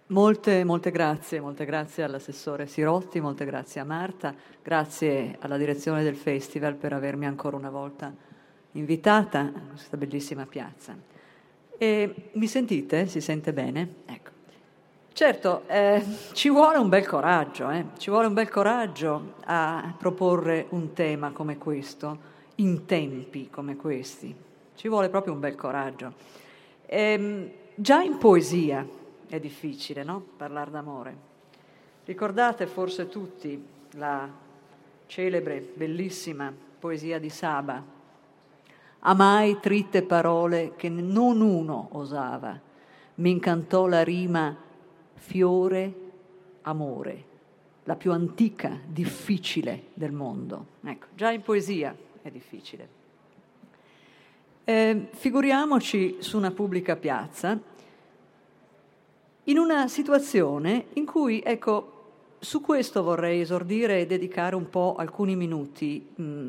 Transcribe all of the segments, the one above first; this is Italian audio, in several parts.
Molte grazie all'assessore Sirotti, molte grazie a Marta, grazie alla direzione del festival per avermi ancora una volta invitata a questa bellissima piazza. E mi sentite? Si sente bene? Ecco. Certo, ci vuole un bel coraggio, ci vuole un bel coraggio a proporre un tema come questo, in tempi come questi. Ci vuole proprio un bel coraggio. Già in poesia è difficile, no? Parlare d'amore. Ricordate forse tutti la celebre, bellissima poesia di Saba. Amai tritte parole che non uno osava, m'incantò la rima fiore, amore, la più antica, difficile del mondo. Ecco, già in poesia è difficile. Figuriamoci su una pubblica piazza, in una situazione in cui, ecco, su questo vorrei esordire e dedicare un po' alcuni minuti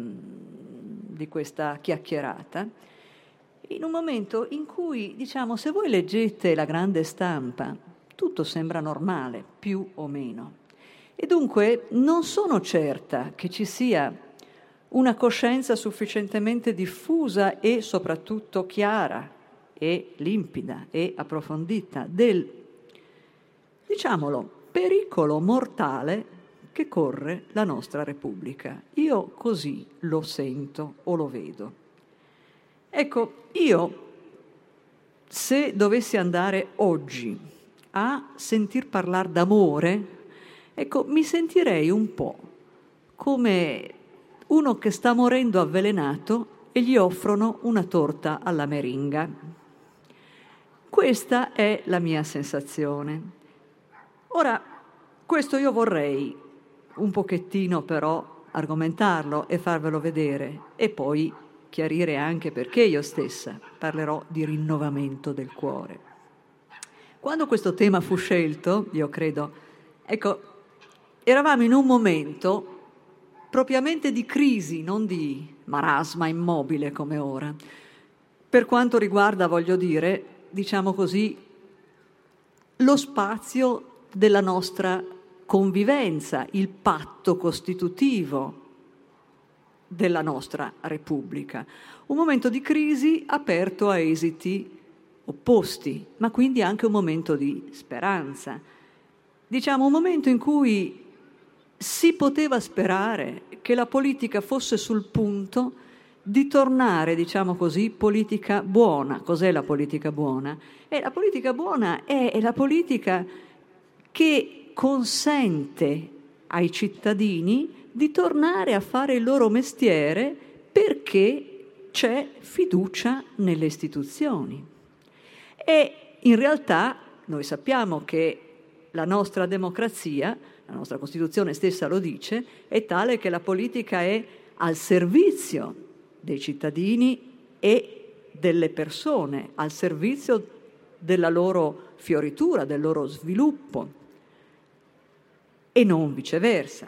di questa chiacchierata, in un momento in cui, diciamo, se voi leggete la grande stampa, tutto sembra normale, più o meno. E dunque non sono certa che ci sia una coscienza sufficientemente diffusa e soprattutto chiara e limpida e approfondita del, diciamolo, pericolo mortale che corre la nostra Repubblica. Io così lo sento o lo vedo. Ecco, io, se dovessi andare oggi a sentir parlare d'amore, ecco, mi sentirei un po' come uno che sta morendo avvelenato e gli offrono una torta alla meringa. Questa è la mia sensazione. Ora, questo io vorrei un pochettino però argomentarlo e farvelo vedere e poi chiarire anche perché io stessa parlerò di rinnovamento del cuore. Quando questo tema fu scelto, io credo, ecco, eravamo in un momento propriamente di crisi, non di marasma immobile come ora. Per quanto riguarda, voglio dire, diciamo così, lo spazio della nostra convivenza, il patto costitutivo della nostra Repubblica. Un momento di crisi aperto a esiti opposti, ma quindi anche un momento di speranza. Diciamo un momento in cui si poteva sperare che la politica fosse sul punto di tornare, diciamo così, politica buona. Cos'è la politica buona? La politica buona è la politica che consente ai cittadini di tornare a fare il loro mestiere perché c'è fiducia nelle istituzioni. E in realtà noi sappiamo che la nostra democrazia, la nostra Costituzione stessa lo dice, è tale che la politica è al servizio dei cittadini e delle persone, al servizio della loro fioritura, del loro sviluppo, e non viceversa.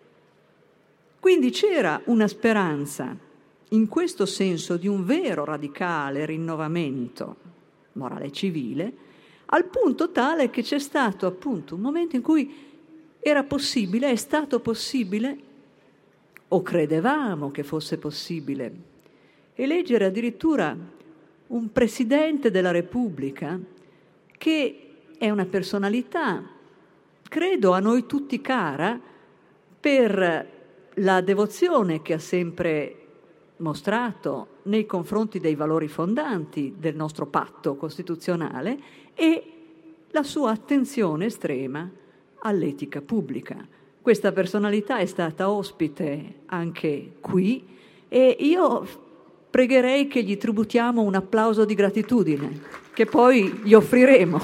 Quindi c'era una speranza, in questo senso, di un vero radicale rinnovamento morale e civile, al punto tale che c'è stato appunto un momento in cui era possibile, è stato possibile, o credevamo che fosse possibile, eleggere addirittura un Presidente della Repubblica che è una personalità, credo a noi tutti cara, per la devozione che ha sempre mostrato nei confronti dei valori fondanti del nostro patto costituzionale e la sua attenzione estrema all'etica pubblica. Questa personalità è stata ospite anche qui e io pregherei che gli tributiamo un applauso di gratitudine, che poi gli offriremo.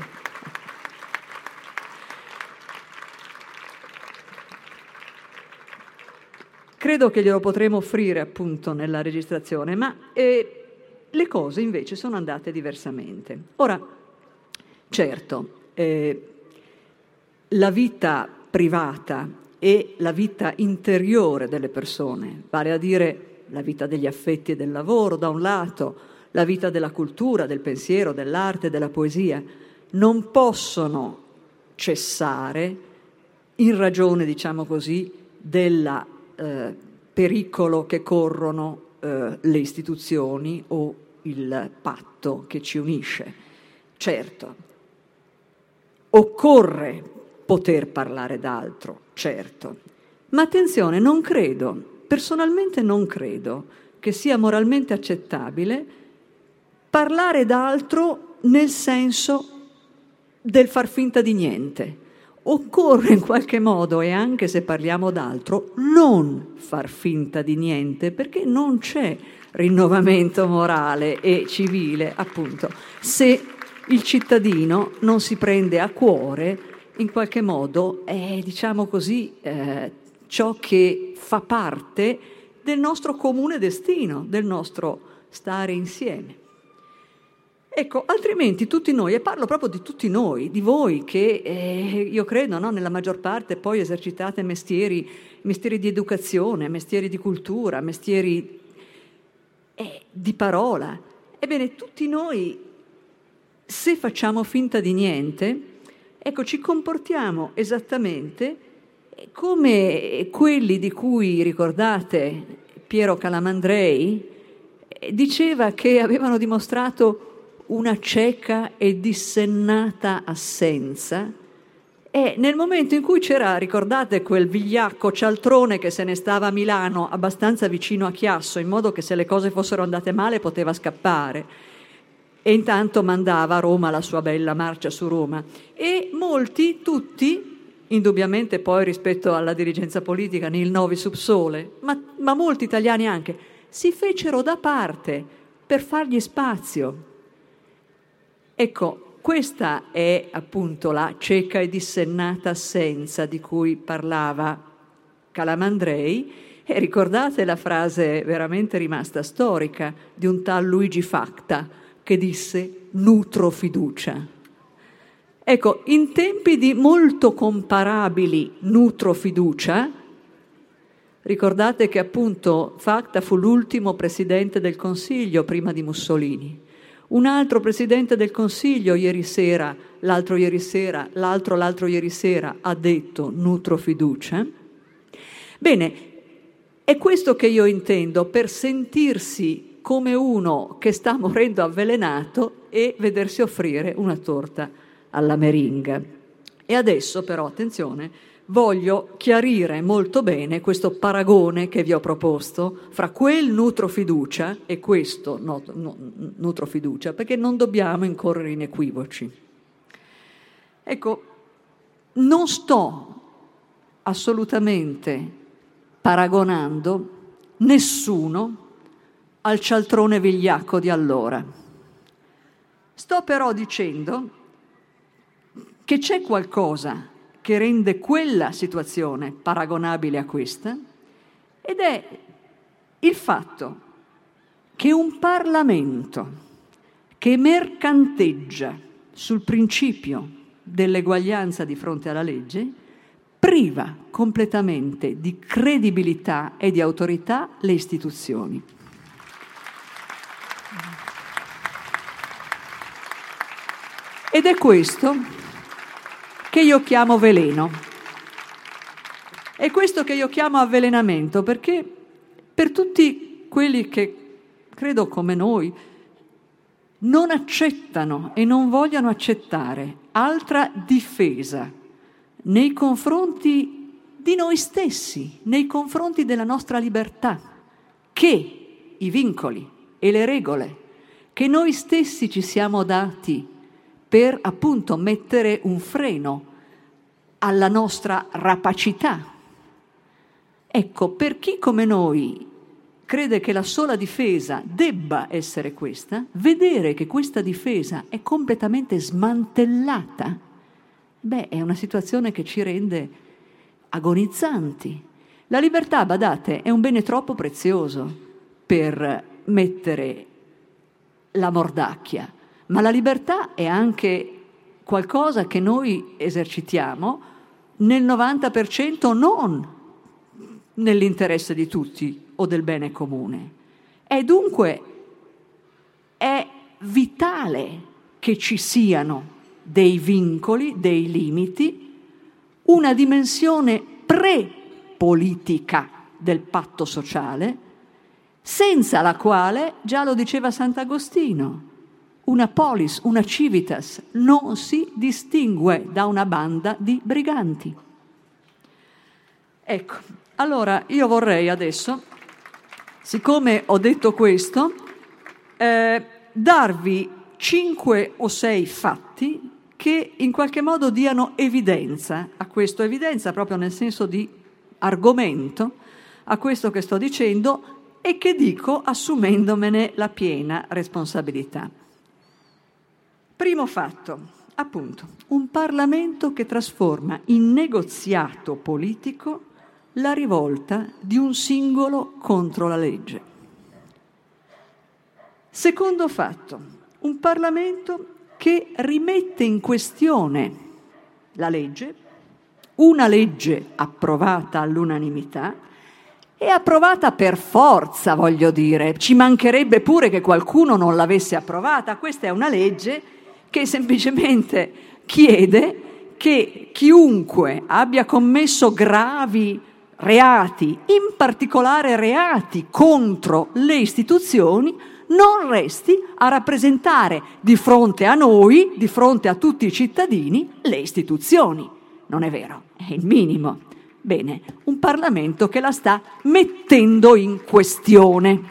Credo che glielo potremo offrire appunto nella registrazione, ma le cose invece sono andate diversamente. Ora, certo, la vita privata e la vita interiore delle persone, vale a dire la vita degli affetti e del lavoro da un lato, la vita della cultura, del pensiero, dell'arte, della poesia, non possono cessare in ragione, diciamo così, del pericolo che corrono le istituzioni o il patto che ci unisce. Certo, occorre poter parlare d'altro, certo, ma attenzione, non credo, personalmente non credo che sia moralmente accettabile parlare d'altro nel senso del far finta di niente. Occorre in qualche modo, e anche se parliamo d'altro, non far finta di niente, perché non c'è rinnovamento morale e civile, appunto, se il cittadino non si prende a cuore, in qualche modo, diciamo così, ciò che fa parte del nostro comune destino, del nostro stare insieme. Ecco, altrimenti tutti noi, e parlo proprio di tutti noi, di voi che io credo, no, nella maggior parte poi esercitate mestieri di educazione, mestieri di cultura, mestieri di parola. Ebbene, tutti noi, se facciamo finta di niente, ecco, ci comportiamo esattamente come quelli di cui, ricordate, Piero Calamandrei diceva che avevano dimostrato una cieca e dissennata assenza, e nel momento in cui c'era, ricordate, quel vigliacco cialtrone che se ne stava a Milano abbastanza vicino a Chiasso, in modo che se le cose fossero andate male poteva scappare, e intanto mandava a Roma la sua bella marcia su Roma, e molti, tutti, indubbiamente poi rispetto alla dirigenza politica nil novi sub sole, ma molti italiani anche, si fecero da parte per fargli spazio. Ecco, questa è appunto la cieca e dissennata assenza di cui parlava Calamandrei, e ricordate la frase veramente rimasta storica di un tal Luigi Facta che disse nutro fiducia. Ecco, in tempi di molto comparabili nutro fiducia, ricordate che appunto Facta fu l'ultimo presidente del Consiglio prima di Mussolini. Un altro presidente del Consiglio ieri sera, l'altro ieri sera ha detto nutro fiducia. Bene, è questo che io intendo per sentirsi come uno che sta morendo avvelenato e vedersi offrire una torta alla meringa. E adesso però, attenzione, voglio chiarire molto bene questo paragone che vi ho proposto fra quel nutro fiducia e questo nutro fiducia, perché non dobbiamo incorrere in equivoci. Ecco, non sto assolutamente paragonando nessuno al cialtrone vigliacco di allora. Sto però dicendo che c'è qualcosa che rende quella situazione paragonabile a questa, ed è il fatto che un Parlamento che mercanteggia sul principio dell'eguaglianza di fronte alla legge priva completamente di credibilità e di autorità le istituzioni. Ed è questo che io chiamo veleno. È questo che io chiamo avvelenamento, perché per tutti quelli che, credo come noi, non accettano e non vogliono accettare altra difesa nei confronti di noi stessi, nei confronti della nostra libertà, che i vincoli e le regole che noi stessi ci siamo dati per appunto mettere un freno alla nostra rapacità. Ecco, per chi come noi crede che la sola difesa debba essere questa, vedere che questa difesa è completamente smantellata, è una situazione che ci rende agonizzanti. La libertà, badate, è un bene troppo prezioso per mettere la mordacchia, ma la libertà è anche qualcosa che noi esercitiamo nel 90% non nell'interesse di tutti o del bene comune. E dunque è vitale che ci siano dei vincoli, dei limiti, una dimensione pre-politica del patto sociale, senza la quale, già lo diceva Sant'Agostino, una polis, una civitas, non si distingue da una banda di briganti. Ecco, allora io vorrei adesso, siccome ho detto questo, darvi 5 o 6 fatti che in qualche modo diano evidenza a questo, evidenza proprio nel senso di argomento, a questo che sto dicendo e che dico assumendomene la piena responsabilità. Primo fatto, appunto, un Parlamento che trasforma in negoziato politico la rivolta di un singolo contro la legge. Secondo fatto, un Parlamento che rimette in questione la legge, una legge approvata all'unanimità e approvata per forza, voglio dire. Ci mancherebbe pure che qualcuno non l'avesse approvata. Questa è una legge che semplicemente chiede che chiunque abbia commesso gravi reati, in particolare reati contro le istituzioni, non resti a rappresentare di fronte a noi, di fronte a tutti i cittadini, le istituzioni. Non è vero? È il minimo. Bene, un Parlamento che la sta mettendo in questione.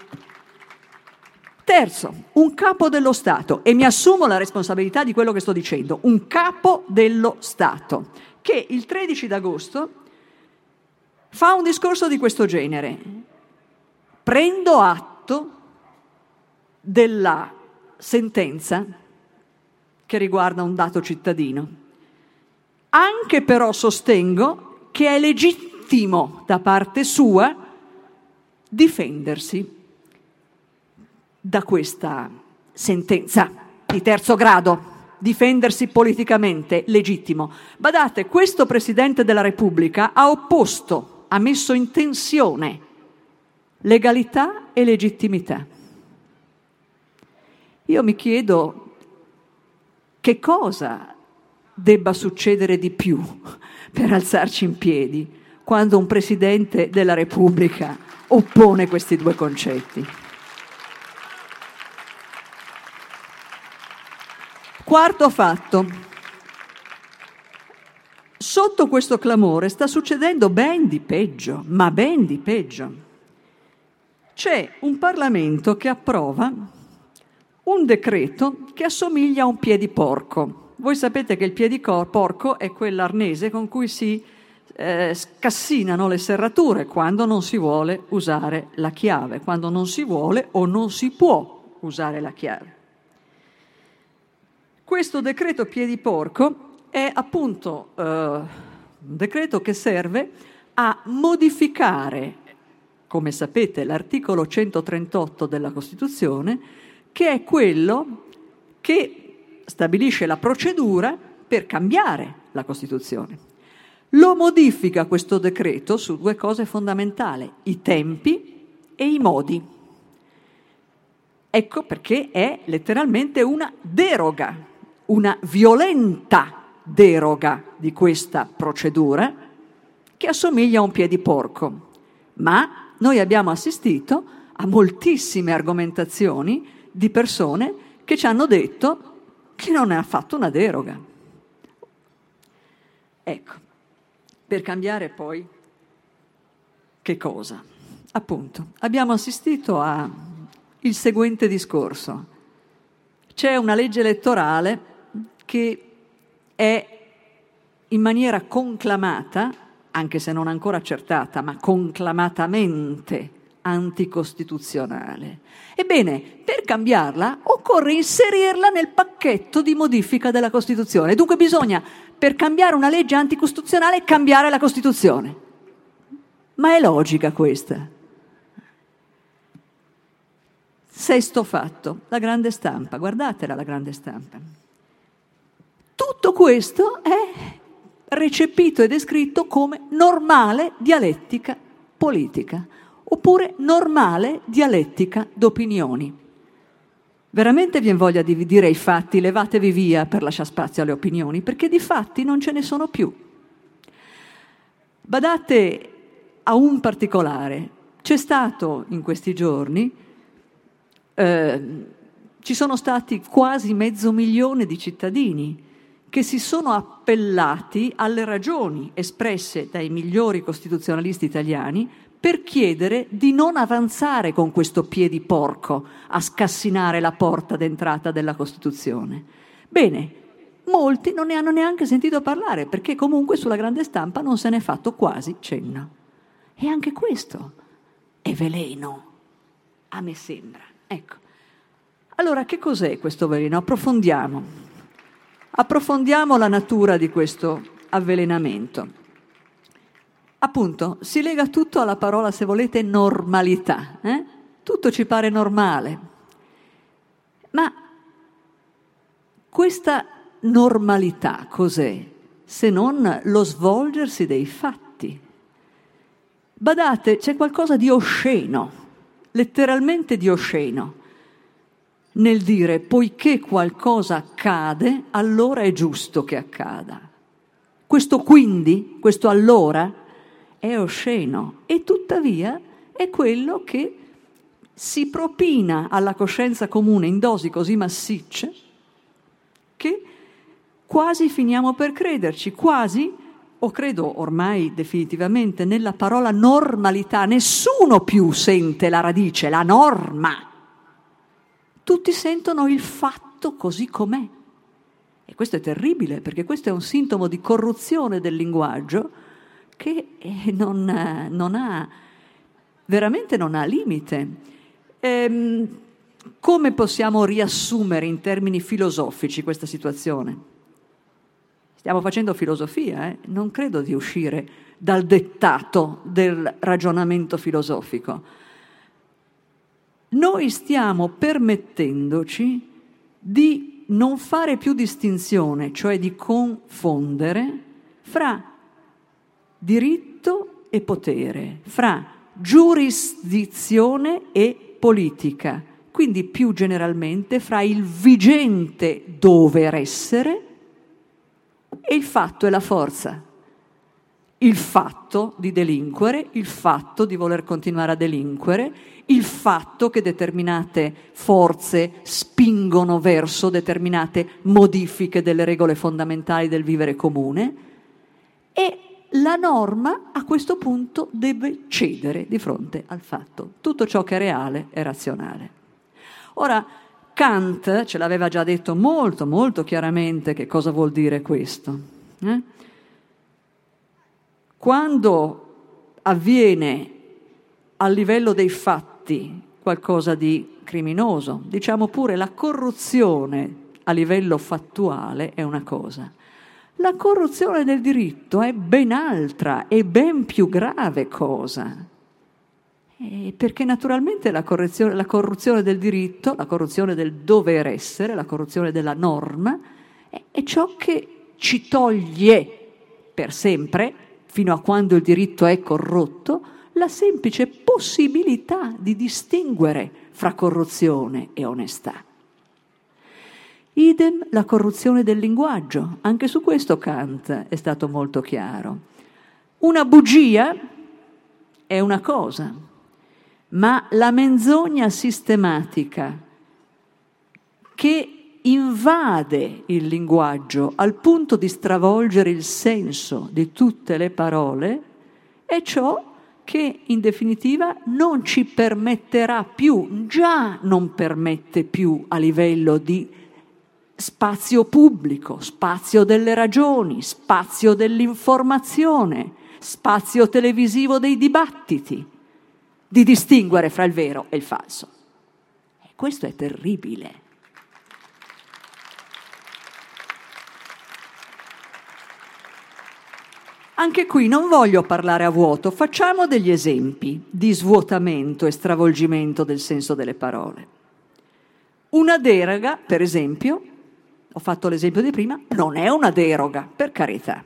Terzo, un capo dello Stato, e mi assumo la responsabilità di quello che sto dicendo, un capo dello Stato, che il 13 d'agosto fa un discorso di questo genere. Prendo atto della sentenza che riguarda un dato cittadino. Anche però sostengo che è legittimo da parte sua difendersi da questa sentenza di terzo grado, difendersi politicamente, legittimo. Badate, questo Presidente della Repubblica ha opposto, ha messo in tensione legalità e legittimità. Io mi chiedo che cosa debba succedere di più per alzarci in piedi quando un Presidente della Repubblica oppone questi due concetti. Quarto fatto. Sotto questo clamore sta succedendo ben di peggio, ma ben di peggio. C'è un Parlamento che approva un decreto che assomiglia a un piediporco. Voi sapete che il piediporco è quell'arnese con cui si scassinano le serrature quando non si vuole usare la chiave, quando non si vuole o non si può usare la chiave. Questo decreto piediporco è appunto un decreto che serve a modificare, come sapete, l'articolo 138 della Costituzione, che è quello che stabilisce la procedura per cambiare la Costituzione. Lo modifica questo decreto su due cose fondamentali: i tempi e i modi. Ecco perché è letteralmente una deroga, una violenta deroga di questa procedura che assomiglia a un piediporco. Ma noi abbiamo assistito a moltissime argomentazioni di persone che ci hanno detto che non è affatto una deroga. Ecco, per cambiare poi che cosa? Appunto, abbiamo assistito a il seguente discorso. C'è una legge elettorale che è in maniera conclamata, anche se non ancora accertata, ma conclamatamente anticostituzionale. Ebbene, per cambiarla occorre inserirla nel pacchetto di modifica della Costituzione. Dunque bisogna, per cambiare una legge anticostituzionale, cambiare la Costituzione. Ma è logica questa. Sesto fatto, la grande stampa. Guardatela la grande stampa. Tutto questo è recepito e descritto come normale dialettica politica, oppure normale dialettica d'opinioni. Veramente viene voglia di dire i fatti, levatevi via per lasciare spazio alle opinioni, perché di fatti non ce ne sono più. Badate a un particolare. C'è stato in questi giorni, ci sono stati quasi 500.000 di cittadini che si sono appellati alle ragioni espresse dai migliori costituzionalisti italiani per chiedere di non avanzare con questo piedi porco a scassinare la porta d'entrata della Costituzione. Bene, molti non ne hanno neanche sentito parlare, perché comunque sulla grande stampa non se n'è fatto quasi cenno. E anche questo è veleno, a me sembra. Ecco. Allora, che cos'è questo veleno? Approfondiamo la natura di questo avvelenamento. Appunto, si lega tutto alla parola, se volete, normalità. Tutto ci pare normale. Ma questa normalità cos'è? Se non lo svolgersi dei fatti. Badate, c'è qualcosa di osceno, letteralmente di osceno, nel dire poiché qualcosa accade, allora è giusto che accada. Questo quindi, questo allora, è osceno e tuttavia è quello che si propina alla coscienza comune in dosi così massicce che quasi finiamo per crederci, quasi, o credo ormai definitivamente, nella parola normalità. Nessuno più sente la radice, la norma. Tutti sentono il fatto così com'è. E questo è terribile, perché questo è un sintomo di corruzione del linguaggio che veramente non ha limite. Come possiamo riassumere in termini filosofici questa situazione? Stiamo facendo filosofia, non credo di uscire dal dettato del ragionamento filosofico. Noi stiamo permettendoci di non fare più distinzione, cioè di confondere fra diritto e potere, fra giurisdizione e politica, quindi più generalmente fra il vigente dover essere e il fatto e la forza. Il fatto di delinquere, il fatto di voler continuare a delinquere, il fatto che determinate forze spingono verso determinate modifiche delle regole fondamentali del vivere comune, e la norma a questo punto deve cedere di fronte al fatto. Tutto ciò che è reale è razionale. Ora, Kant ce l'aveva già detto molto, molto chiaramente che cosa vuol dire questo. Quando avviene a livello dei fatti qualcosa di criminoso, diciamo pure la corruzione a livello fattuale è una cosa. La corruzione del diritto è ben altra e ben più grave cosa. Perché naturalmente la corruzione del diritto, la corruzione del dover essere, la corruzione della norma, è ciò che ci toglie per sempre, fino a quando il diritto è corrotto, la semplice possibilità di distinguere fra corruzione e onestà. Idem la corruzione del linguaggio, anche su questo Kant è stato molto chiaro. Una bugia è una cosa, ma la menzogna sistematica che invade il linguaggio al punto di stravolgere il senso di tutte le parole è ciò che in definitiva non ci permetterà più, già non permette più a livello di spazio pubblico, spazio delle ragioni, spazio dell'informazione, spazio televisivo dei dibattiti, di distinguere fra il vero e il falso. E questo è terribile. Anche qui non voglio parlare a vuoto, facciamo degli esempi di svuotamento e stravolgimento del senso delle parole. Una deroga, per esempio, ho fatto l'esempio di prima, non è una deroga, per carità.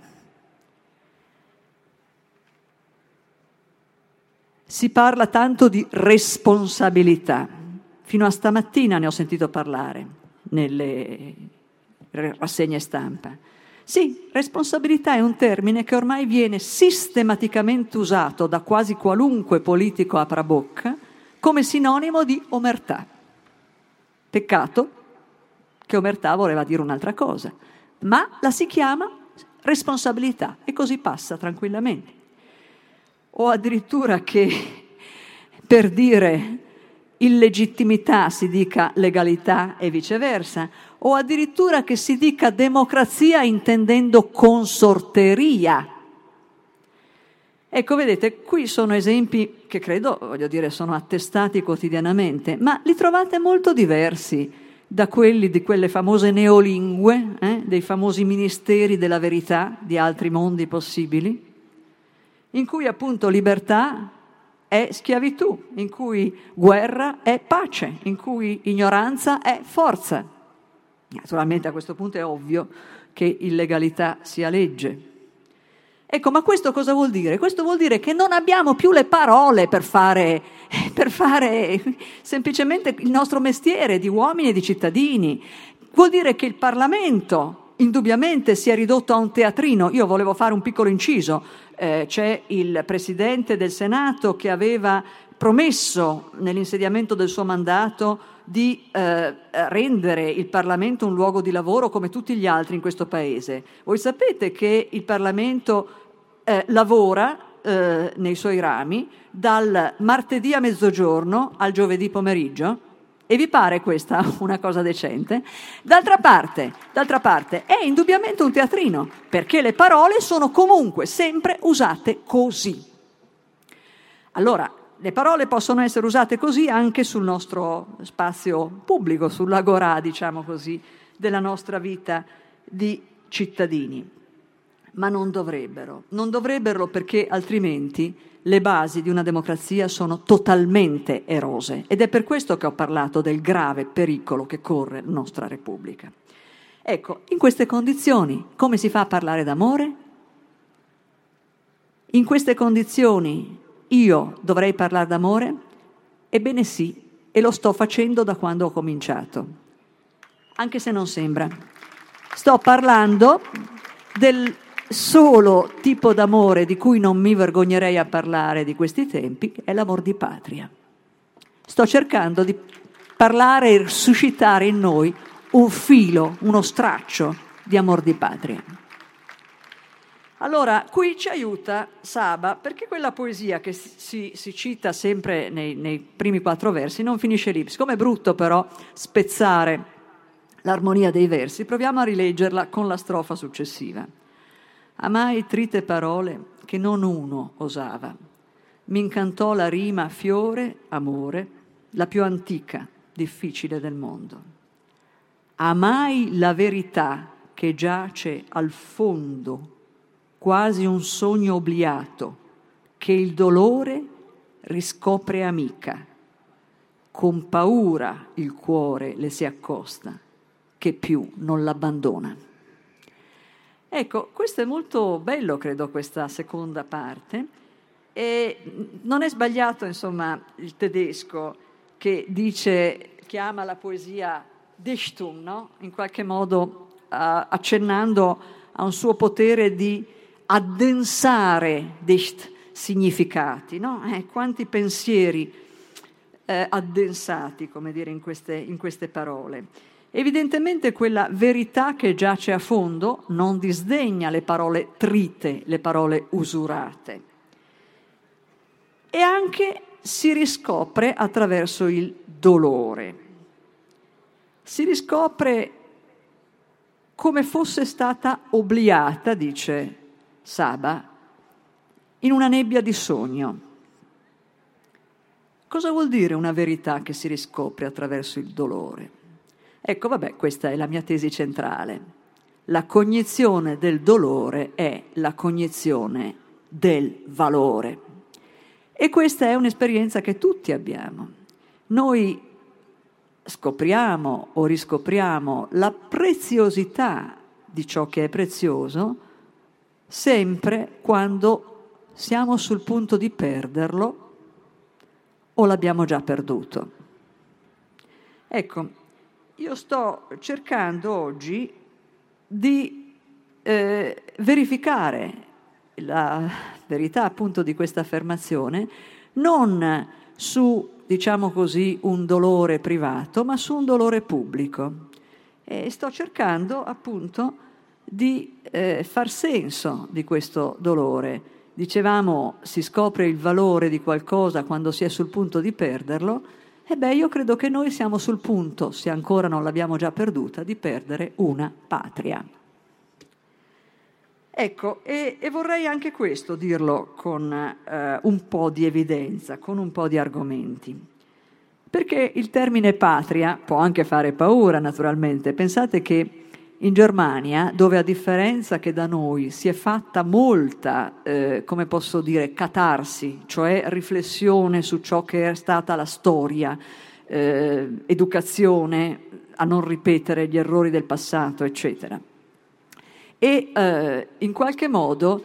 Si parla tanto di responsabilità. Fino a stamattina ne ho sentito parlare nelle rassegne stampa. Sì, responsabilità è un termine che ormai viene sistematicamente usato da quasi qualunque politico aprabocca come sinonimo di omertà. Peccato che omertà voleva dire un'altra cosa, ma la si chiama responsabilità e così passa tranquillamente. O addirittura che per dire illegittimità si dica legalità e viceversa, o addirittura che si dica democrazia intendendo consorteria. Ecco, vedete, qui sono esempi che credo, voglio dire, sono attestati quotidianamente, ma li trovate molto diversi da quelli di quelle famose neolingue, dei famosi ministeri della verità di altri mondi possibili, in cui appunto libertà è schiavitù, in cui guerra è pace, in cui ignoranza è forza. Naturalmente a questo punto è ovvio che illegalità sia legge. Ecco, ma questo cosa vuol dire? Questo vuol dire che non abbiamo più le parole per fare semplicemente il nostro mestiere di uomini e di cittadini. Vuol dire che il Parlamento indubbiamente si è ridotto a un teatrino. Io volevo fare un piccolo inciso. C'è il Presidente del Senato che aveva promesso nell'insediamento del suo mandato di rendere il Parlamento un luogo di lavoro come tutti gli altri in questo Paese. Voi sapete che il Parlamento lavora nei suoi rami dal martedì a mezzogiorno al giovedì pomeriggio? E vi pare questa una cosa decente? D'altra parte, è indubbiamente un teatrino, perché le parole sono comunque sempre usate così. Allora, le parole possono essere usate così anche sul nostro spazio pubblico, sull'agorà, diciamo così, della nostra vita di cittadini. Ma non dovrebbero perché altrimenti le basi di una democrazia sono totalmente erose ed è per questo che ho parlato del grave pericolo che corre la nostra Repubblica. Ecco, in queste condizioni come si fa a parlare d'amore? In queste condizioni io dovrei parlare d'amore? Ebbene sì, e lo sto facendo da quando ho cominciato, anche se non sembra. Sto parlando del solo tipo d'amore di cui non mi vergognerei a parlare di questi tempi, è l'amor di patria. Sto cercando di parlare e suscitare in noi un filo, uno straccio di amor di patria. Allora, qui ci aiuta Saba, perché quella poesia che si cita sempre nei primi 4 versi non finisce lì. Siccome è brutto però spezzare l'armonia dei versi, proviamo a rileggerla con la strofa successiva. Amai trite parole che non uno osava. M'incantò la rima fiore, amore, la più antica, difficile del mondo. Amai la verità che giace al fondo, quasi un sogno obliato, che il dolore riscopre amica. Con paura il cuore le si accosta, che più non l'abbandona. Ecco, questo è molto bello, credo, questa seconda parte, e non è sbagliato, insomma, il tedesco che chiama la poesia Dichtung, no? In qualche modo accennando a un suo potere di addensare Dicht significati, no? Quanti pensieri addensati, come dire, in queste parole. Evidentemente quella verità che giace a fondo non disdegna le parole trite, le parole usurate. E anche si riscopre attraverso il dolore. Si riscopre come fosse stata obliata, dice Saba, in una nebbia di sogno. Cosa vuol dire una verità che si riscopre attraverso il dolore? Ecco, vabbè, questa è la mia tesi centrale. La cognizione del dolore è la cognizione del valore. E questa è un'esperienza che tutti abbiamo. Noi scopriamo o riscopriamo la preziosità di ciò che è prezioso sempre quando siamo sul punto di perderlo o l'abbiamo già perduto. Ecco, io sto cercando oggi di verificare la verità appunto di questa affermazione, non su, diciamo così, un dolore privato, ma su un dolore pubblico. E sto cercando appunto di far senso di questo dolore. Dicevamo, si scopre il valore di qualcosa quando si è sul punto di perderlo. Io credo che noi siamo sul punto, se ancora non l'abbiamo già perduta, di perdere una patria. Ecco, e vorrei anche questo dirlo con un po' di evidenza, con un po' di argomenti. Perché il termine patria può anche fare paura, naturalmente. Pensate che in Germania, dove a differenza che da noi si è fatta molta, come posso dire, catarsi, cioè riflessione su ciò che è stata la storia, educazione a non ripetere gli errori del passato, eccetera. E in qualche modo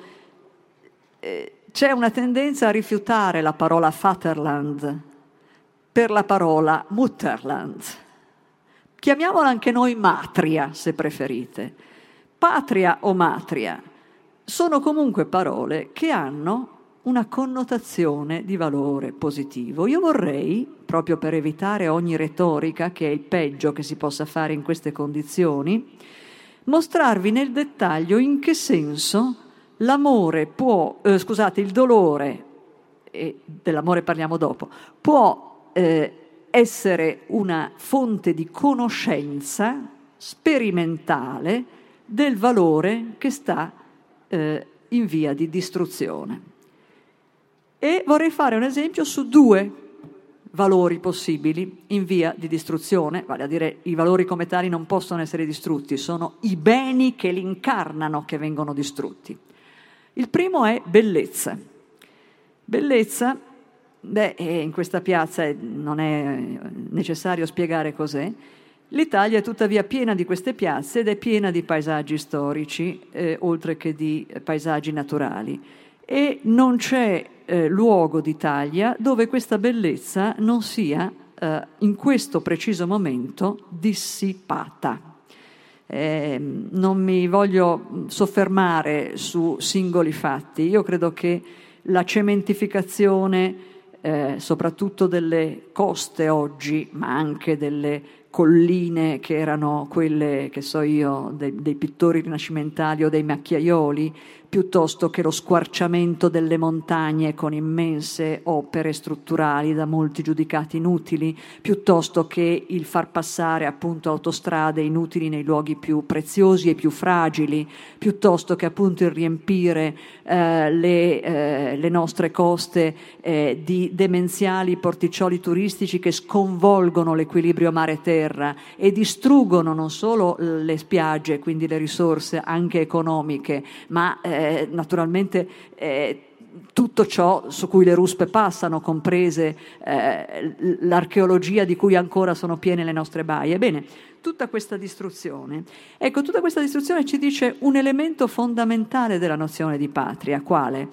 c'è una tendenza a rifiutare la parola Vaterland per la parola Mutterland. Chiamiamola anche noi matria, se preferite. Patria o matria sono comunque parole che hanno una connotazione di valore positivo. Io vorrei, proprio per evitare ogni retorica, che è il peggio che si possa fare in queste condizioni, mostrarvi nel dettaglio in che senso l'amore può, il dolore, e dell'amore parliamo dopo, può essere una fonte di conoscenza sperimentale del valore che sta in via di distruzione. E vorrei fare un esempio su 2 valori possibili in via di distruzione, vale a dire i valori come tali non possono essere distrutti, sono i beni che li incarnano che vengono distrutti. Il primo è bellezza. Bellezza, in questa piazza non è necessario spiegare cos'è. L'Italia è tuttavia piena di queste piazze ed è piena di paesaggi storici, oltre che di paesaggi naturali. E non c'è luogo d'Italia dove questa bellezza non sia in questo preciso momento dissipata. Non mi voglio soffermare su singoli fatti. Io credo che la cementificazione soprattutto delle coste oggi, ma anche delle colline che erano quelle, che so io, dei pittori rinascimentali o dei macchiaioli, piuttosto che lo squarciamento delle montagne con immense opere strutturali da molti giudicate inutili, piuttosto che il far passare appunto autostrade inutili nei luoghi più preziosi e più fragili, piuttosto che appunto il riempire le nostre coste di demenziali porticcioli turistici che sconvolgono l'equilibrio mare-terra e distruggono non solo le spiagge, quindi le risorse anche economiche, ma naturalmente tutto ciò su cui le ruspe passano, comprese l'archeologia di cui ancora sono piene le nostre baie. Bene, tutta questa distruzione ci dice un elemento fondamentale della nozione di patria. Quale?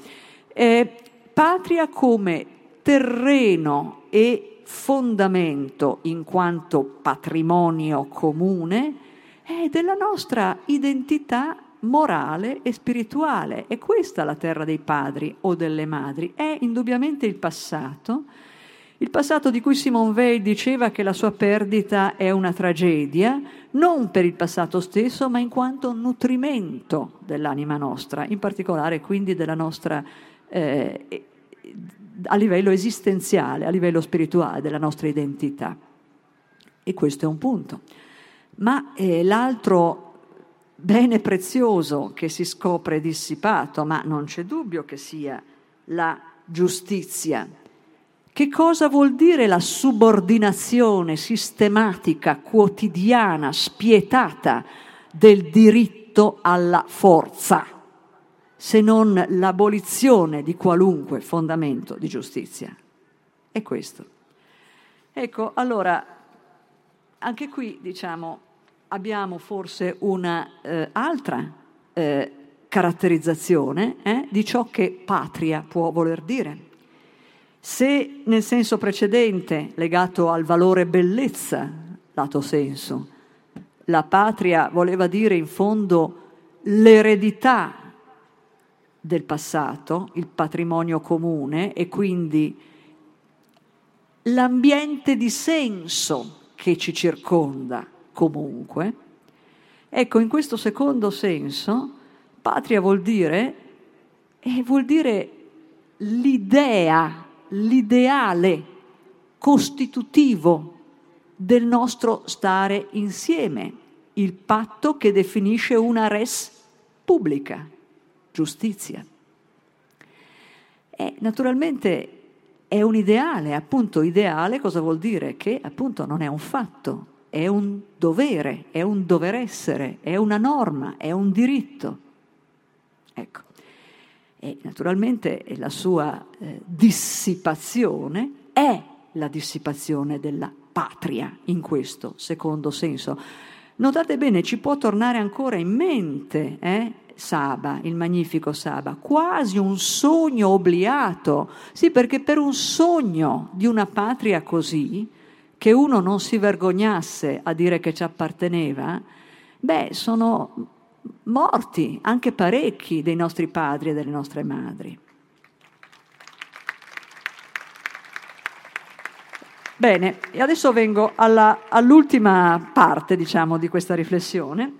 Patria come terreno e fondamento in quanto patrimonio comune della nostra identità morale e spirituale. È questa la terra dei padri o delle madri, è indubbiamente il passato di cui Simone Weil diceva che la sua perdita è una tragedia, non per il passato stesso, ma in quanto nutrimento dell'anima nostra, in particolare quindi della nostra, a livello esistenziale, a livello spirituale, della nostra identità. E questo è un punto. Ma l'altro bene prezioso che si scopre dissipato, ma non c'è dubbio che sia la giustizia. Che cosa vuol dire la subordinazione sistematica, quotidiana, spietata del diritto alla forza, se non l'abolizione di qualunque fondamento di giustizia? È questo. Ecco, allora, anche qui, abbiamo forse una altra caratterizzazione di ciò che patria può voler dire. Se nel senso precedente, legato al valore bellezza, lato sensu. La patria voleva dire in fondo l'eredità del passato, il patrimonio comune e quindi l'ambiente di senso che ci circonda comunque. Ecco, in questo secondo senso, patria vuol dire l'idea, l'ideale costitutivo del nostro stare insieme, il patto che definisce una res publica, giustizia. E naturalmente è un ideale, appunto ideale cosa vuol dire? Che appunto non è un fatto, è un dovere, è un dover essere, è una norma, è un diritto. Ecco. E naturalmente la sua dissipazione è la dissipazione della patria in questo secondo senso. Notate bene, ci può tornare ancora in mente Saba, il magnifico Saba, quasi un sogno obliato. Sì, perché per un sogno di una patria così, che uno non si vergognasse a dire che ci apparteneva, sono morti anche parecchi dei nostri padri e delle nostre madri. Bene, e adesso vengo all'ultima parte, diciamo, di questa riflessione,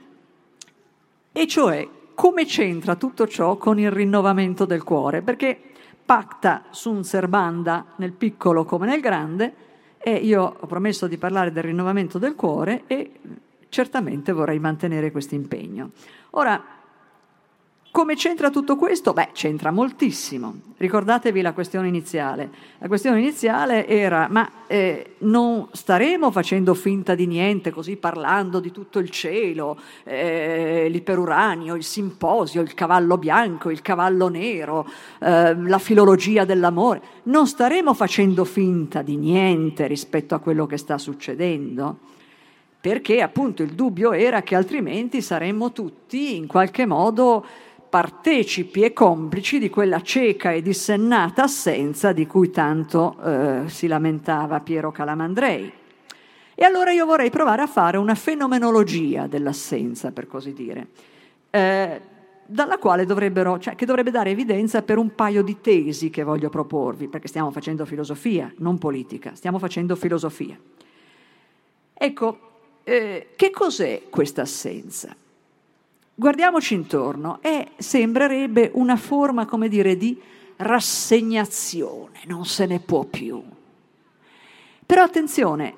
e cioè come c'entra tutto ciò con il rinnovamento del cuore, perché pacta sunt servanda nel piccolo come nel grande, e io ho promesso di parlare del rinnovamento del cuore e certamente vorrei mantenere questo impegno. Ora, come c'entra tutto questo? C'entra moltissimo. Ricordatevi la questione iniziale. La questione iniziale era, non staremo facendo finta di niente, così parlando di tutto il cielo, l'iperuranio, il simposio, il cavallo bianco, il cavallo nero, la filologia dell'amore. Non staremo facendo finta di niente rispetto a quello che sta succedendo, perché appunto il dubbio era che altrimenti saremmo tutti in qualche modo partecipi e complici di quella cieca e dissennata assenza di cui tanto si lamentava Piero Calamandrei. E allora io vorrei provare a fare una fenomenologia dell'assenza, per così dire, dalla quale che dovrebbe dare evidenza per un paio di tesi che voglio proporvi, perché stiamo facendo filosofia, non politica, stiamo facendo filosofia. Ecco, che cos'è questa assenza? Guardiamoci intorno, sembrerebbe una forma, come dire, di rassegnazione, non se ne può più. Però attenzione,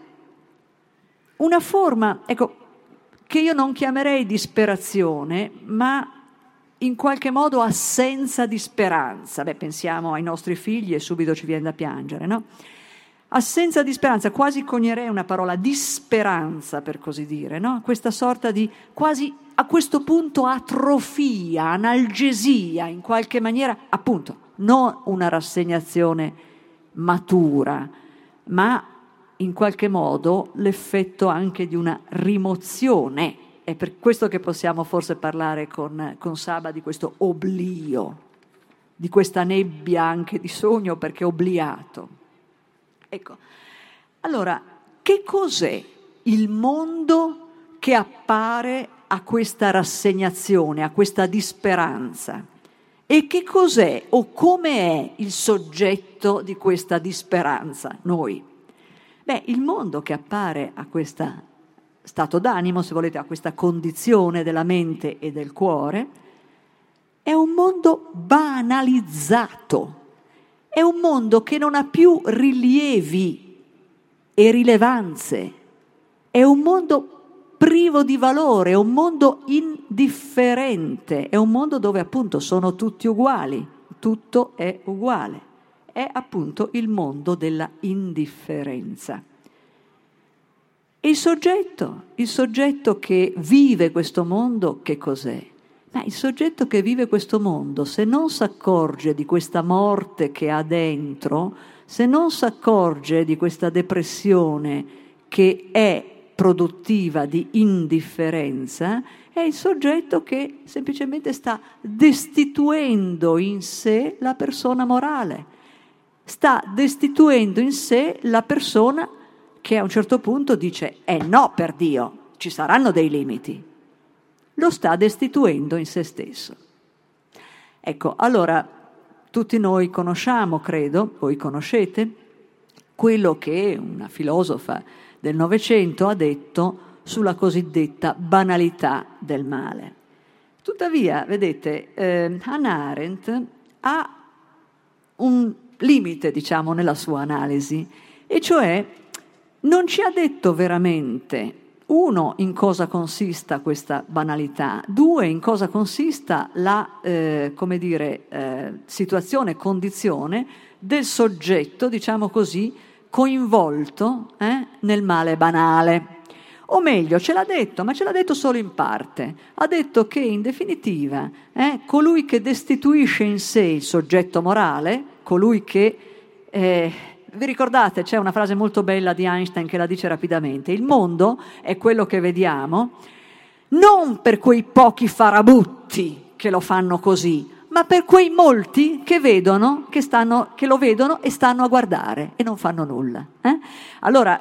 una forma, che io non chiamerei disperazione, ma in qualche modo assenza di speranza. Pensiamo ai nostri figli e subito ci viene da piangere, no? Assenza di speranza, quasi conierei una parola, disperanza per così dire, no? Questa sorta di quasi a questo punto atrofia, analgesia, in qualche maniera, appunto, non una rassegnazione matura, ma in qualche modo l'effetto anche di una rimozione. È per questo che possiamo forse parlare con Saba di questo oblio, di questa nebbia anche di sogno, perché obliato. Ecco, allora, che cos'è il mondo che appare a questa rassegnazione, a questa disperanza? E che cos'è o come è il soggetto di questa disperanza, noi? Il mondo che appare a questo stato d'animo, se volete, a questa condizione della mente e del cuore, è un mondo banalizzato. È un mondo che non ha più rilievi e rilevanze, è un mondo privo di valore, è un mondo indifferente, è un mondo dove appunto sono tutti uguali, tutto è uguale, è appunto il mondo della indifferenza. E il soggetto che vive questo mondo, che cos'è? Il soggetto che vive questo mondo, se non si accorge di questa morte che ha dentro, se non si accorge di questa depressione che è produttiva di indifferenza, è il soggetto che semplicemente sta destituendo in sé la persona morale, sta destituendo in sé la persona che a un certo punto dice no, per Dio, ci saranno dei limiti. Lo sta destituendo in se stesso. Ecco, allora tutti noi conosciamo, credo, voi conoscete, quello che una filosofa del Novecento ha detto sulla cosiddetta banalità del male. Tuttavia, vedete, Hannah Arendt ha un limite, diciamo, nella sua analisi, e cioè non ci ha detto veramente, uno, in cosa consista questa banalità, due, in cosa consista la, situazione, condizione del soggetto, diciamo così, coinvolto nel male banale. O meglio, ce l'ha detto, ma ce l'ha detto solo in parte. Ha detto che, in definitiva, colui che destituisce in sé il soggetto morale, colui che... vi ricordate, c'è una frase molto bella di Einstein che la dice rapidamente: il mondo è quello che vediamo non per quei pochi farabutti che lo fanno così, ma per quei molti che vedono, che lo vedono e stanno a guardare e non fanno nulla. Allora,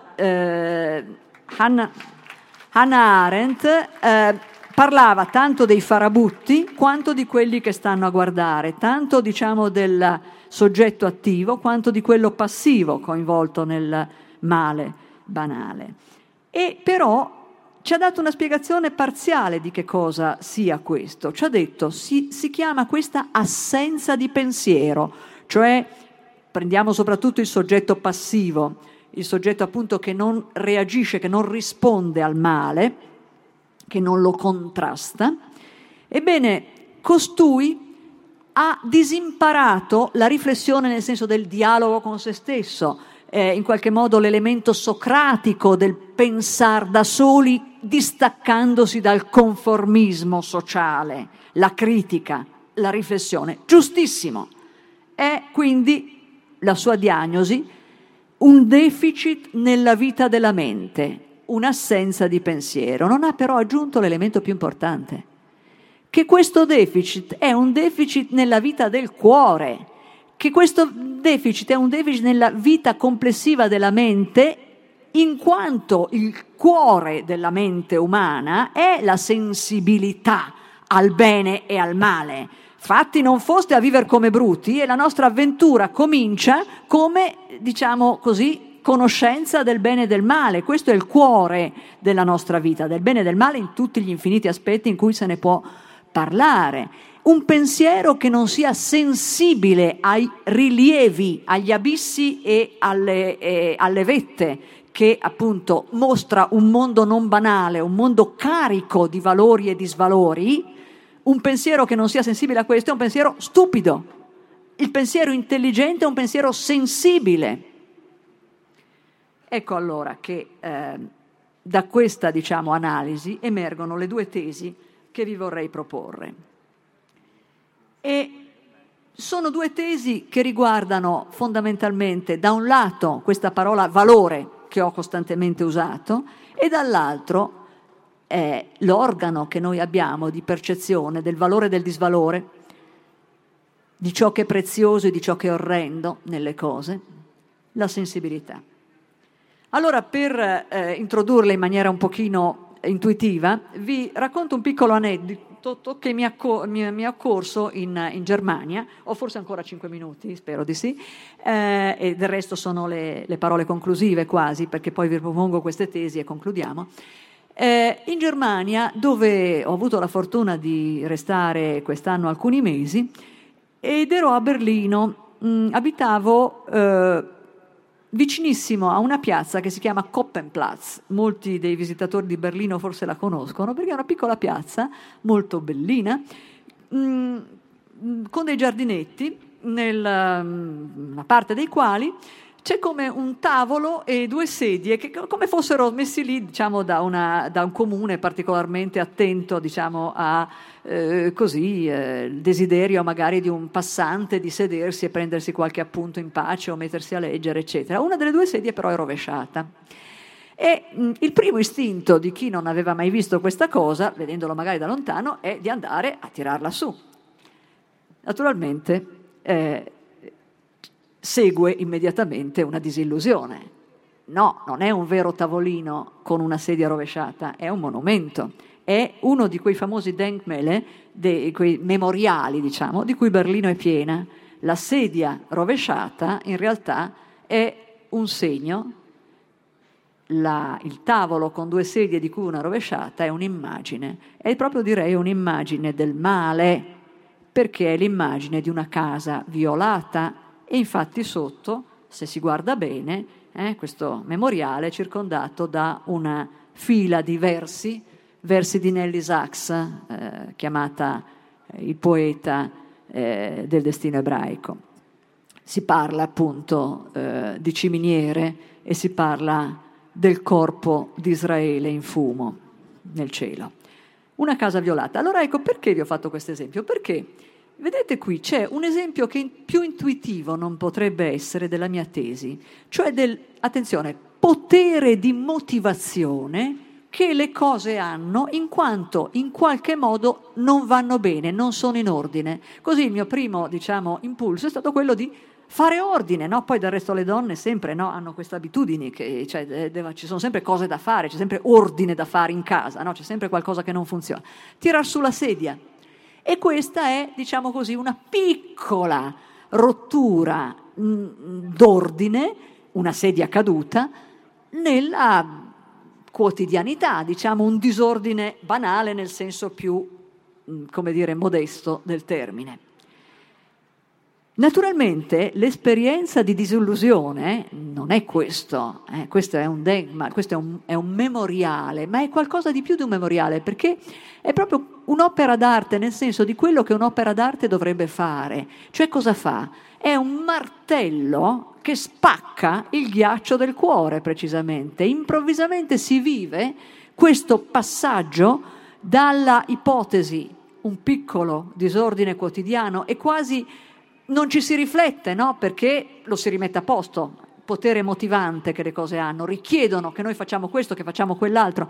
Hannah Arendt parlava tanto dei farabutti quanto di quelli che stanno a guardare, tanto, diciamo, del soggetto attivo quanto di quello passivo coinvolto nel male banale. E però ci ha dato una spiegazione parziale di che cosa sia questo. Ci ha detto si chiama questa assenza di pensiero, cioè prendiamo soprattutto il soggetto passivo, il soggetto appunto che non reagisce, che non risponde al male, che non lo contrasta. Ebbene, costui ha disimparato la riflessione nel senso del dialogo con se stesso, in qualche modo l'elemento socratico del pensar da soli, distaccandosi dal conformismo sociale, la critica, la riflessione. Giustissimo. È quindi la sua diagnosi un deficit nella vita della mente, un'assenza di pensiero. Non ha però aggiunto l'elemento più importante, che questo deficit è un deficit nella vita del cuore, che questo deficit è un deficit nella vita complessiva della mente, in quanto il cuore della mente umana è la sensibilità al bene e al male. Fatti non foste a vivere come bruti, e la nostra avventura comincia come, diciamo così, conoscenza del bene e del male. Questo è il cuore della nostra vita, del bene e del male in tutti gli infiniti aspetti in cui se ne può parlare. Un pensiero che non sia sensibile ai rilievi, agli abissi e alle vette, che appunto mostra un mondo non banale, un mondo carico di valori e disvalori. Un pensiero che non sia sensibile a questo è un pensiero stupido. Il pensiero intelligente è un pensiero sensibile. Ecco allora che da questa, diciamo, analisi emergono le due tesi che vi vorrei proporre. E sono due tesi che riguardano fondamentalmente, da un lato, questa parola valore che ho costantemente usato, e dall'altro è l'organo che noi abbiamo di percezione del valore e del disvalore, di ciò che è prezioso e di ciò che è orrendo nelle cose, la sensibilità. Allora, per introdurle in maniera un pochino intuitiva, vi racconto un piccolo aneddoto che mi è occorso in Germania. Ho forse ancora 5 minuti, spero di sì, e del resto sono le parole conclusive quasi, perché poi vi propongo queste tesi e concludiamo. In Germania, dove ho avuto la fortuna di restare quest'anno alcuni mesi, ed ero a Berlino, abitavo vicinissimo a una piazza che si chiama Koppenplatz. Molti dei visitatori di Berlino forse la conoscono, perché è una piccola piazza molto bellina, con dei giardinetti, nella parte dei quali c'è come un tavolo e 2 sedie che come fossero messi lì, diciamo, da un comune particolarmente attento, diciamo, a il desiderio magari di un passante di sedersi e prendersi qualche appunto in pace o mettersi a leggere, eccetera. Una delle 2 sedie però è rovesciata. E il primo istinto di chi non aveva mai visto questa cosa, vedendolo magari da lontano, è di andare a tirarla su. Naturalmente segue immediatamente una disillusione, No, non è un vero tavolino con una sedia rovesciata, è un monumento. È uno di quei famosi Denkmäler, quei memoriali, diciamo, di cui Berlino è piena. La sedia rovesciata in realtà è un segno, il tavolo con 2 sedie di cui una rovesciata è un'immagine, è proprio direi un'immagine del male, perché è l'immagine di una casa violata e infatti sotto, se si guarda bene, questo memoriale è circondato da una fila di versi di Nelly Sachs, chiamata il poeta del destino ebraico. Si parla appunto di ciminiere e si parla del corpo di Israele in fumo nel cielo. Una casa violata. Allora ecco, perché vi ho fatto questo esempio? Perché, vedete qui, c'è un esempio che più intuitivo non potrebbe essere della mia tesi, cioè attenzione, potere di motivazione che le cose hanno in quanto in qualche modo non vanno bene, non sono in ordine. Così il mio primo, impulso è stato quello di fare ordine, no? Poi del resto le donne sempre, no, hanno questa abitudine che ci sono sempre cose da fare, c'è sempre ordine da fare in casa, no? C'è sempre qualcosa che non funziona. Tirar su la sedia. E questa è, diciamo così, una piccola rottura d'ordine, una sedia caduta, nella quotidianità, diciamo un disordine banale nel senso più, modesto del termine. Naturalmente l'esperienza di disillusione non è questo è un Denkmal, questo è un memoriale, ma è qualcosa di più di un memoriale, perché è proprio un'opera d'arte, nel senso di quello che un'opera d'arte dovrebbe fare. Cioè cosa fa? È un martello che spacca il ghiaccio del cuore, precisamente. Improvvisamente si vive questo passaggio dalla ipotesi, un piccolo disordine quotidiano, e quasi non ci si riflette, no? Perché lo si rimette a posto, potere motivante che le cose hanno, richiedono che noi facciamo questo, che facciamo quell'altro.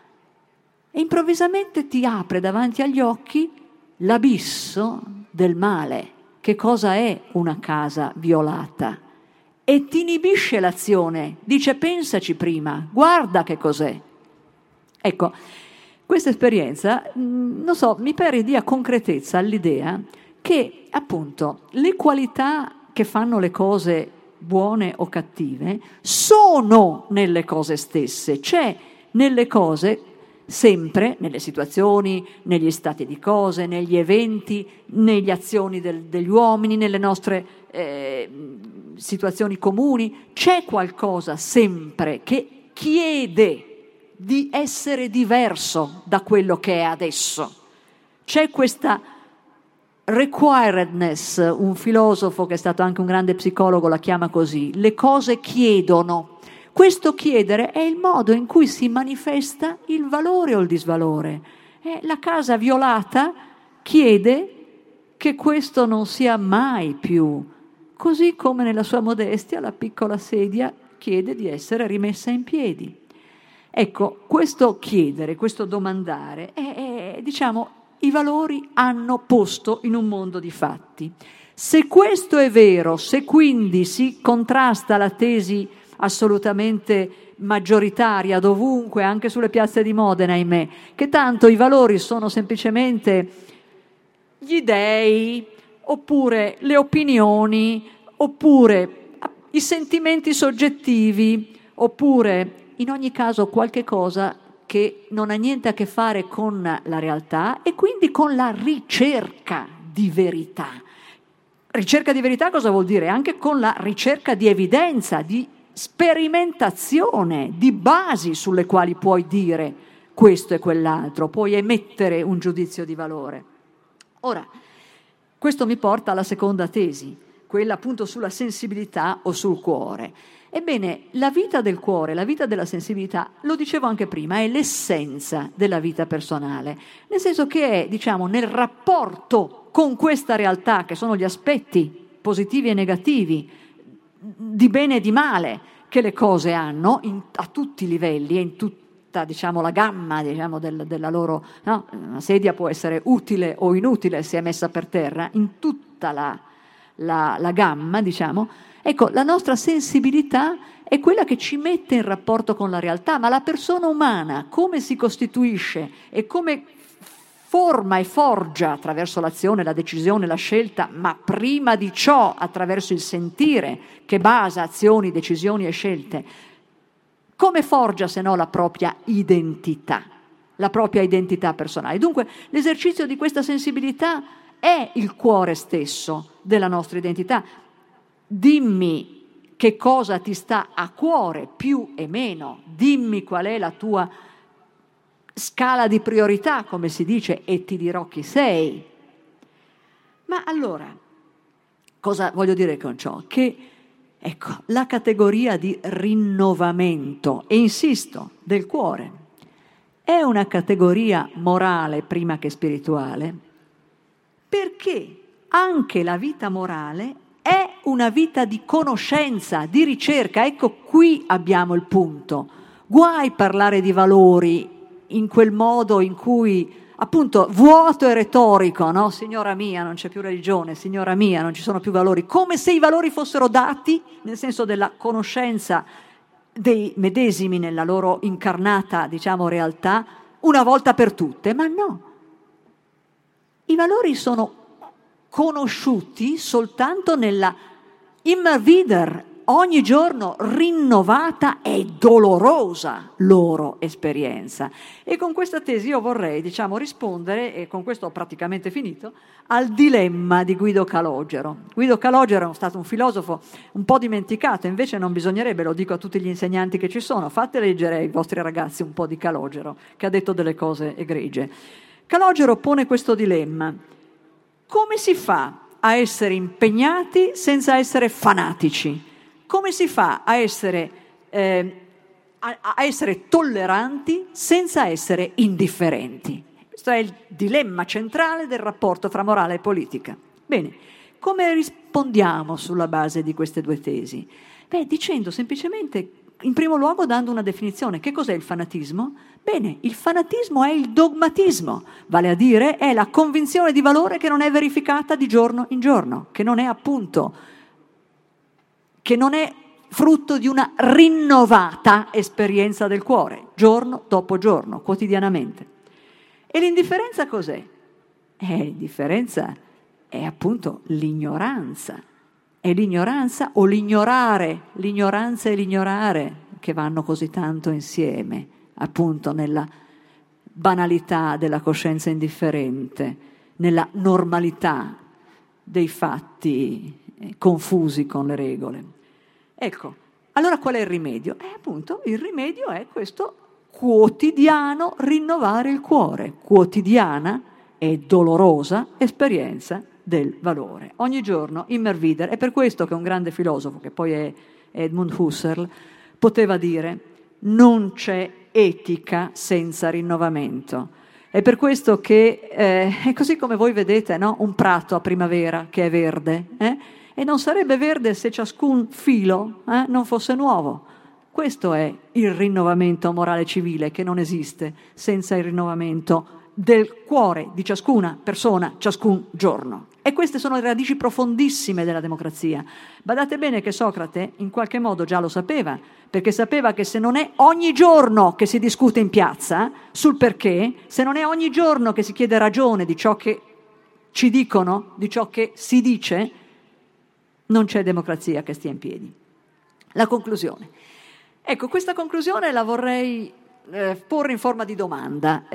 E improvvisamente ti apre davanti agli occhi l'abisso del male. Che cosa è una casa violata? E ti inibisce l'azione, dice pensaci prima, guarda che cos'è. Ecco, questa esperienza, non so, mi pare dia concretezza all'idea che appunto le qualità che fanno le cose buone o cattive sono nelle cose stesse, c'è nelle cose sempre, nelle situazioni, negli stati di cose, negli eventi, negli azioni degli uomini, nelle nostre situazioni comuni, c'è qualcosa sempre che chiede di essere diverso da quello che è adesso. C'è questa requiredness, un filosofo che è stato anche un grande psicologo la chiama così, le cose chiedono. Questo chiedere è il modo in cui si manifesta il valore o il disvalore. La casa violata chiede che questo non sia mai più, così come nella sua modestia la piccola sedia chiede di essere rimessa in piedi. Ecco, questo chiedere, questo domandare è diciamo, i valori hanno posto in un mondo di fatti. Se questo è vero, se quindi si contrasta la tesi assolutamente maggioritaria dovunque, anche sulle piazze di Modena, ahimè, che tanto i valori sono semplicemente gli dei, oppure le opinioni, oppure i sentimenti soggettivi, oppure in ogni caso qualche cosa che non ha niente a che fare con la realtà e quindi con la ricerca di verità. Ricerca di verità cosa vuol dire? Anche con la ricerca di evidenza, di sperimentazione, di basi sulle quali puoi dire questo e quell'altro, puoi emettere un giudizio di valore. Ora, questo mi porta alla seconda tesi, quella appunto sulla sensibilità o sul cuore. Ebbene, la vita del cuore, la vita della sensibilità, lo dicevo anche prima, è l'essenza della vita personale, nel senso che è, diciamo, nel rapporto con questa realtà, che sono gli aspetti positivi e negativi, di bene e di male, che le cose hanno a tutti i livelli e in tutta, diciamo, la gamma, diciamo, della loro... No? Una sedia può essere utile o inutile se è messa per terra, in tutta la la gamma, diciamo, ecco, la nostra sensibilità è quella che ci mette in rapporto con la realtà, ma la persona umana come si costituisce e come forma e forgia attraverso l'azione, la decisione, la scelta, ma prima di ciò attraverso il sentire che basa azioni, decisioni e scelte, come forgia se no la propria identità personale. Dunque l'esercizio di questa sensibilità è il cuore stesso della nostra identità. Dimmi che cosa ti sta a cuore, più e meno, dimmi qual è la tua scala di priorità, come si dice, e ti dirò chi sei. Ma allora, cosa voglio dire con ciò? Che, ecco, la categoria di rinnovamento, e insisto, del cuore, è una categoria morale prima che spirituale, perché anche la vita morale è una vita di conoscenza, di ricerca. Ecco, qui abbiamo il punto. Guai parlare di valori in quel modo in cui, appunto, vuoto e retorico, no? Signora mia, non c'è più religione, signora mia, non ci sono più valori, come se i valori fossero dati, nel senso della conoscenza dei medesimi nella loro incarnata, diciamo, realtà, una volta per tutte. Ma no, i valori sono conosciuti soltanto nella immer wieder, ogni giorno rinnovata e dolorosa loro esperienza. E con questa tesi io vorrei, diciamo, rispondere, e con questo ho praticamente finito, al dilemma di Guido Calogero. Guido Calogero è stato un filosofo un po' dimenticato, invece non bisognerebbe, lo dico a tutti gli insegnanti che ci sono, fate leggere ai vostri ragazzi un po' di Calogero, che ha detto delle cose egregie. Calogero pone questo dilemma: come si fa a essere impegnati senza essere fanatici? Come si fa a essere tolleranti senza essere indifferenti? Questo è il dilemma centrale del rapporto fra morale e politica. Bene, come rispondiamo sulla base di queste due tesi? Beh, dicendo semplicemente, in primo luogo dando una definizione. Che cos'è il fanatismo? Bene, il fanatismo è il dogmatismo, vale a dire è la convinzione di valore che non è verificata di giorno in giorno, che non è frutto di una rinnovata esperienza del cuore, giorno dopo giorno, quotidianamente. E l'indifferenza cos'è? L'indifferenza è appunto l'ignoranza. È l'ignoranza o l'ignorare, l'ignoranza e l'ignorare che vanno così tanto insieme, appunto nella banalità della coscienza indifferente, nella normalità dei fatti confusi con le regole. Ecco, allora qual è il rimedio? Appunto, il rimedio è questo quotidiano rinnovare il cuore, quotidiana e dolorosa esperienza del valore. Ogni giorno, immer wieder. È per questo che un grande filosofo, che poi è Edmund Husserl, poteva dire: non c'è etica senza rinnovamento. È per questo che è così come voi vedete, no? Un prato a primavera che è verde, e non sarebbe verde se ciascun filo non fosse nuovo. Questo è il rinnovamento morale civile, che non esiste senza il rinnovamento del cuore di ciascuna persona, ciascun giorno. E queste sono le radici profondissime della democrazia. Badate bene che Socrate in qualche modo già lo sapeva, perché sapeva che se non è ogni giorno che si discute in piazza sul perché, se non è ogni giorno che si chiede ragione di ciò che ci dicono, di ciò che si dice, non c'è democrazia che stia in piedi. La conclusione. Ecco, questa conclusione la vorrei porre in forma di domanda.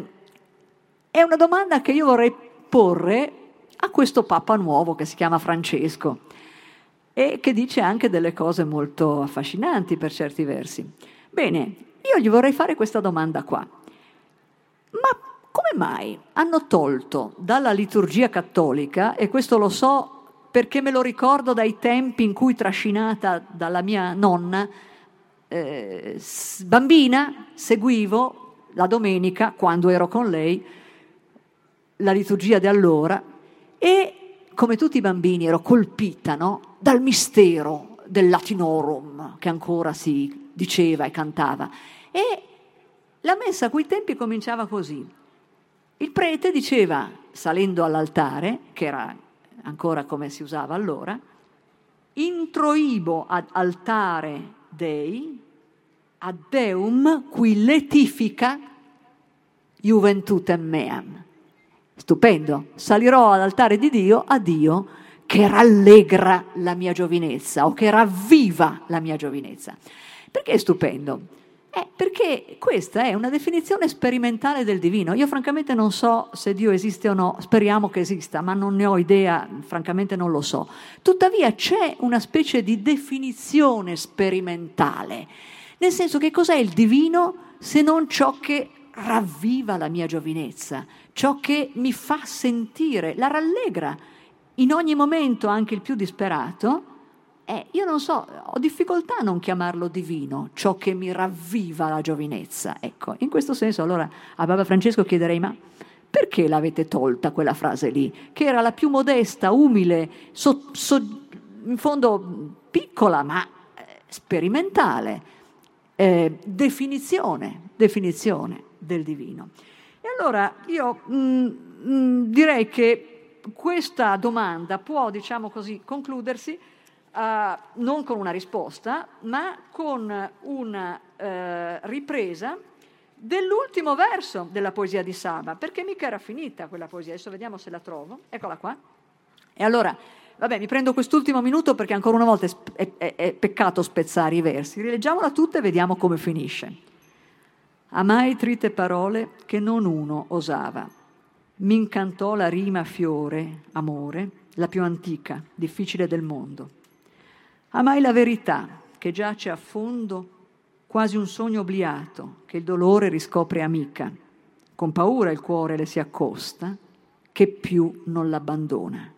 È una domanda che io vorrei porre a questo Papa nuovo che si chiama Francesco e che dice anche delle cose molto affascinanti per certi versi. Bene, io gli vorrei fare questa domanda qua. Ma come mai hanno tolto dalla liturgia cattolica, e questo lo so perché me lo ricordo dai tempi in cui, trascinata dalla mia nonna, bambina, seguivo la domenica, quando ero con lei, la liturgia di allora, e come tutti i bambini ero colpita, no? Dal mistero del Latinorum che ancora si diceva e cantava. E la messa a quei tempi cominciava così. Il prete diceva, salendo all'altare, che era ancora come si usava allora, introibo ad altare Dei, ad Deum qui letifica juventutem meam. Stupendo, salirò all'altare di Dio, a Dio che rallegra la mia giovinezza o che ravviva la mia giovinezza. Perché è stupendo? Perché questa è una definizione sperimentale del divino. Io francamente non so se Dio esiste o no, speriamo che esista, ma non ne ho idea, francamente non lo so. Tuttavia c'è una specie di definizione sperimentale, nel senso che cos'è il divino se non ciò che ravviva la mia giovinezza, ciò che mi fa sentire, la rallegra in ogni momento, anche il più disperato. Io non so, ho difficoltà a non chiamarlo divino, ciò che mi ravviva la giovinezza. Ecco, in questo senso allora a Papa Francesco chiederei, ma perché l'avete tolta quella frase lì, che era la più modesta, umile, in fondo piccola, ma sperimentale, definizione del divino. E allora io direi che questa domanda può, diciamo così, concludersi non con una risposta, ma con una ripresa dell'ultimo verso della poesia di Saba, perché mica era finita quella poesia. Adesso vediamo se la trovo. Eccola qua. E allora, vabbè, mi prendo quest'ultimo minuto perché ancora una volta è peccato spezzare i versi. Rileggiamola tutta e vediamo come finisce. Amai trite parole che non uno osava. M'incantò la rima fiore, amore, la più antica, difficile del mondo. Amai la verità che giace a fondo, quasi un sogno obliato, che il dolore riscopre amica. Con paura il cuore le si accosta, che più non l'abbandona.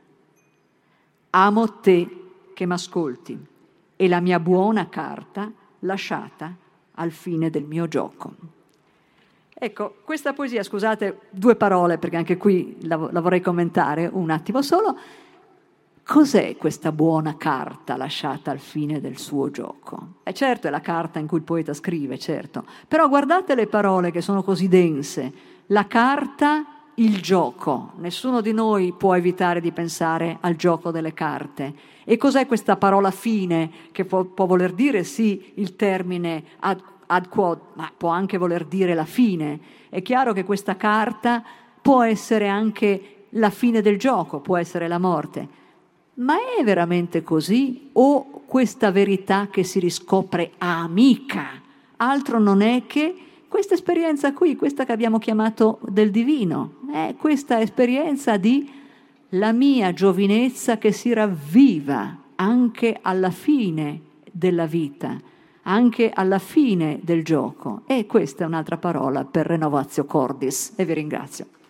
Amo te che m'ascolti e la mia buona carta lasciata al fine del mio gioco. Ecco, questa poesia, scusate, 2 parole perché anche qui la vorrei commentare un attimo solo. Cos'è questa buona carta lasciata al fine del suo gioco? Certo, è la carta in cui il poeta scrive, certo, però guardate le parole che sono così dense. La carta, il gioco. Nessuno di noi può evitare di pensare al gioco delle carte. E cos'è questa parola fine, che può voler dire sì il termine ad quod, ma può anche voler dire la fine. È chiaro che questa carta può essere anche la fine del gioco, può essere la morte. Ma è veramente così? O questa verità che si riscopre amica altro non è che questa esperienza qui, questa che abbiamo chiamato del divino, è questa esperienza di la mia giovinezza che si ravviva anche alla fine della vita, anche alla fine del gioco. E questa è un'altra parola per renovatio cordis. E vi ringrazio.